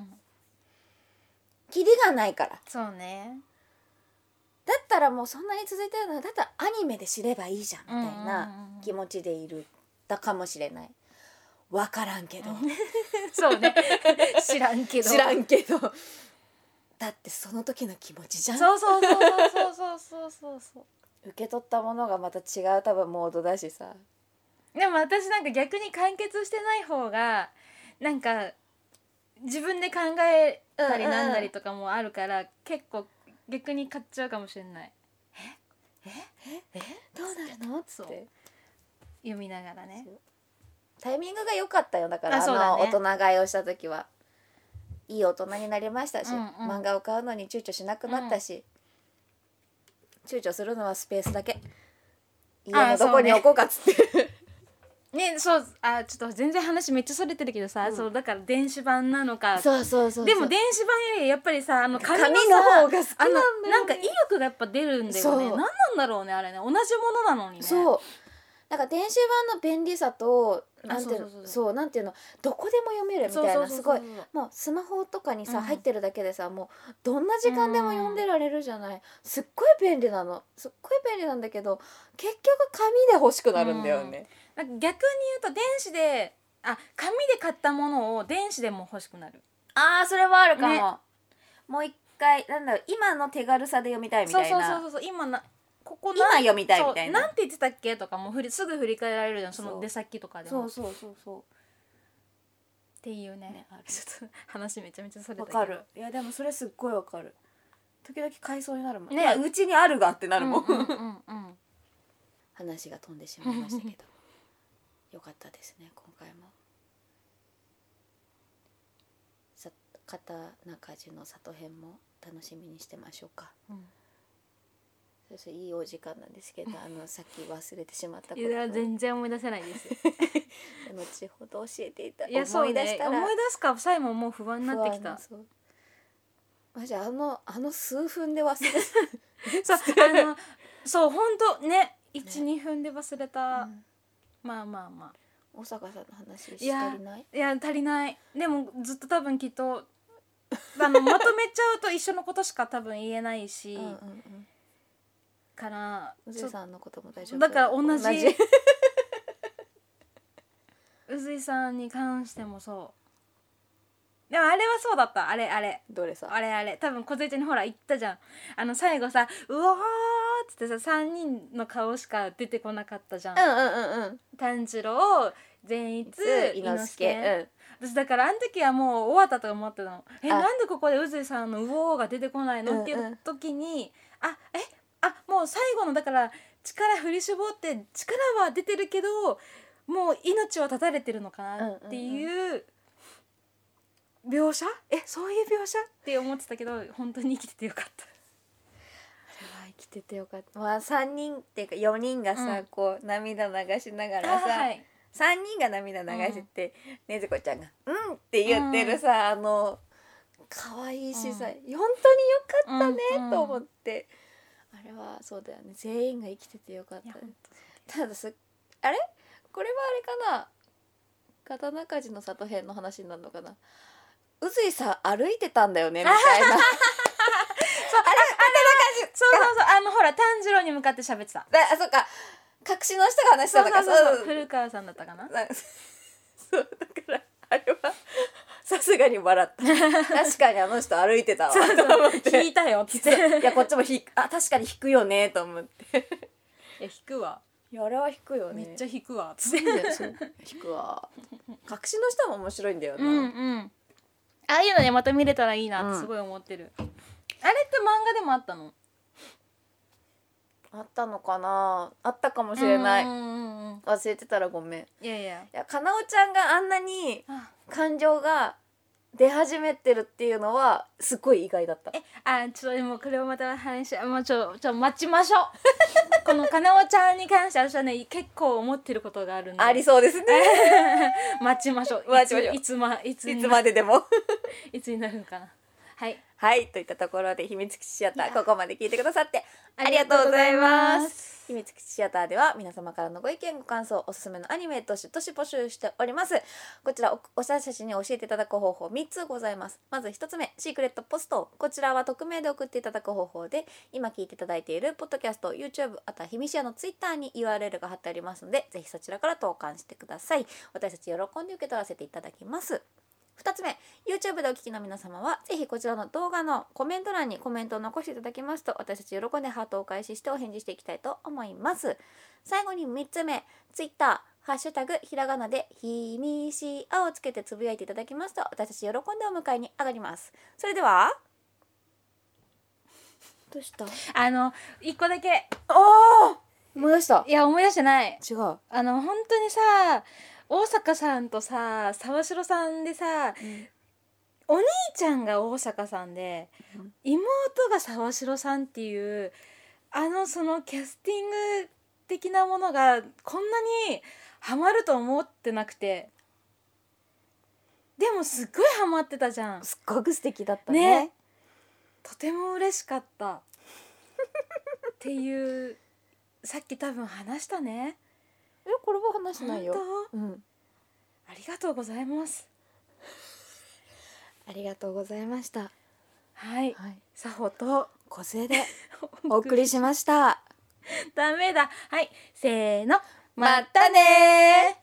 Speaker 3: キリがないから。
Speaker 2: そうね
Speaker 3: だったらもうそんなに続いてるのだったらアニメで知ればいいじゃんみたいな気持ちでいるだかもしれない。分からんけど
Speaker 2: そうね知らんけど
Speaker 3: 知らんけどだってその時の気持ちじゃん。
Speaker 2: そうそうそうそうそうそうそうそう
Speaker 3: 受け取ったものがまた違う多分モードだしさ。
Speaker 2: でも私なんか逆に完結してない方がなんか自分で考えたりなんだりとかもあるから、うんうん、結構逆に買っちゃうかもしれない。
Speaker 3: ええええどうなるのって
Speaker 2: 読みながらね。
Speaker 3: タイミングが良かったよ。だからあ, あの、ね、大人買いをした時はいい大人になりましたし、うんうん、漫画を買うのに躊躇しなくなったし、うん、躊躇するのはスペースだけ。家のどこに置こうかっつって
Speaker 2: ね、そうあちょっと全然話めっちゃそれてるけどさ、うん、そうだから電子版なのか。
Speaker 3: そうそうそうそう。
Speaker 2: でも電子版よりやっぱりさあの紙のさ
Speaker 3: 紙の方が好きなんだよね。
Speaker 2: あのなんか威力がやっぱ出るんだよね。何なんだろうねあれね。同じものなのにね。
Speaker 3: そうなんか電子版の便利さとなんていうのそうなんていうのどこでも読めるみたいなすごいもうスマホとかにさ、うん、入ってるだけでさもうどんな時間でも読んでられるじゃない、うん、すっごい便利なのすっごい便利なんだけど結局紙で欲しくなるんだよね、
Speaker 2: うん、なんか逆に言うと電子であ紙で買ったものを電子でも欲しくなる。
Speaker 3: あーそれはあるかも、ね、もう一回なんだろう今の手軽さで読みたいみたいな。
Speaker 2: そうそうそうそう今なここ
Speaker 3: 今読みたいみたいな。
Speaker 2: なんて言ってたっけとかもふりすぐ振り返られるじゃんその出先とかでも。
Speaker 3: そうそうそうそう
Speaker 2: っていうね。ねちょっと話めちゃめちゃそれた
Speaker 3: けど。わかる。いやでもそれすっごいわかる。時々買いそうになるもん。ねうちにあるがってなるもん。うんうんうんうん、話が飛んでしまいましたけどよかったですね今回も。さ刀鍛冶の里編も楽しみにしてましょうか。うんいいお時間なんですけどあのさっき忘れてしまったこと
Speaker 2: いや全然思い出せないです
Speaker 3: 後ほど教えていた
Speaker 2: いや思い出したら、ね、思い出すかさえももう不安になってきた。
Speaker 3: マジあのあの数分で忘れ
Speaker 2: そうあのそう本当ね いち,に 分で忘れた、うん、まあまあまあ
Speaker 3: 大坂さんの話し足りない？
Speaker 2: いや足りない。でもずっと多分きっとあのまとめちゃうと一緒のことしか多分言えないし、うんうんうんから
Speaker 3: 宇治さんのことも大丈夫
Speaker 2: だから同じ宇治さんに関してもそうでもあれはそうだったあれあれ
Speaker 3: どれさ
Speaker 2: あれあれ多分小ちゃんにほら言ったじゃんあの最後さうわーっつってささんにんの顔しか出てこなかったじゃん、
Speaker 3: うんうんうんうん
Speaker 2: 炭治郎善逸
Speaker 3: 伊
Speaker 2: 伊之
Speaker 3: 之助、
Speaker 2: 助、私だからあの時はもう終わったと思ってたの。え
Speaker 3: あ
Speaker 2: なんでここで宇髄さんの「うおー」が出てこないの、
Speaker 3: うんうん
Speaker 2: っていう時にあえあもう最後のだから力振り絞って力は出てるけどもう命は絶たれてるのかなっていう描写、えそういう描写って思ってたけど本当に生きててよかった。
Speaker 3: あれは生きててよかった。まあさんにんっていうかよにんがさ、
Speaker 2: うん
Speaker 3: こう涙流しながらさ、
Speaker 2: はい
Speaker 3: さんにんが涙流してねずこちゃんが「うん」って言ってるさ、あの可愛いしさ、本当によかったね、
Speaker 2: うん
Speaker 3: と思って、あれはそうだよね、全員が生きててよかったね。ただすあれこれはあれかな、刀鍛冶の里編の話になるのかな、宇髄さん歩いてたんだよねみたいなそうあれ
Speaker 2: そうそうそうあのほら炭治郎に向かって喋ってた。
Speaker 3: だあそっか隠しの人が話したのか、
Speaker 2: そうそうそう古川さんだったかな。
Speaker 3: そうだからあれはさすがに笑った確かにあの人歩いてたわと思って
Speaker 2: 引いたよって言って
Speaker 3: いやこっちもひあ確かに引くよねと思って
Speaker 2: いや引くわ
Speaker 3: いやあれは引くよね、
Speaker 2: めっちゃ引くわって
Speaker 3: 引くわ隠しの人も面白いんだよな、
Speaker 2: うんうんああいうのねまた見れたらいいなってすごい思ってる、うん、あれって漫画でもあったの？
Speaker 3: あったのかな、あったかもしれない、
Speaker 2: うんうんうん、
Speaker 3: 忘れてたらごめん。
Speaker 2: いやいや
Speaker 3: いやかなおちゃんがあんなに感情が出始めてるっていうのはすごい意外だった。
Speaker 2: えあちょっとでもこれをまた話もうちょちょ待ちましょうこのかなおちゃんに関して私はね結構思ってることがあるんで
Speaker 3: ありそうですね
Speaker 2: 待ちましょう
Speaker 3: 待ちましょう
Speaker 2: いついつまいつ
Speaker 3: いつまででも
Speaker 2: いつになるのかな。はい
Speaker 3: はいといったところで秘密基地シアターここまで聞いてくださってありがとうございます。秘密基地シアターでは皆様からのご意見ご感想おすすめのアニメどしどし募集しております。こちらお私たちに教えていただく方法みっつございます。まずひとつめシークレットポスト、こちらは匿名で送っていただく方法で今聞いていただいているポッドキャスト YouTube あとはひみしやの Twitter に ユーアールエル が貼ってありますのでぜひそちらから投函してください。私たち喜んで受け取らせていただきます。ふたつめ YouTube でお聞きの皆様はぜひこちらの動画のコメント欄にコメントを残していただきますと私たち喜んでハートをお返ししてお返事していきたいと思います。最後にみっつめ Twitterハッシュタグひらがなでひみしあをつけてつぶやいていただきますと私たち喜んでお迎えに上がります。それではどうした
Speaker 2: あの一個だけ
Speaker 3: おー思い出した。
Speaker 2: いや思い出してない。
Speaker 3: 違う
Speaker 2: あの本当にさ大阪さんとさ沢城さんでさ、うん、お兄ちゃんが大阪さんで、うん、妹が沢城さんっていうあのそのキャスティング的なものがこんなにハマると思ってなくて、でもすっごいハマってたじゃん。
Speaker 3: すっごく素敵だったね。
Speaker 2: ねとても嬉しかったっていうさっき多分話したね。
Speaker 3: えこれは話しないよ。
Speaker 2: 本当、
Speaker 3: うん、
Speaker 2: ありがとうございます。
Speaker 3: ありがとうございました。
Speaker 2: はい、はい、佐穂と
Speaker 3: 梢でお送りしました。
Speaker 2: ダメだ。はい、せーの、またねー。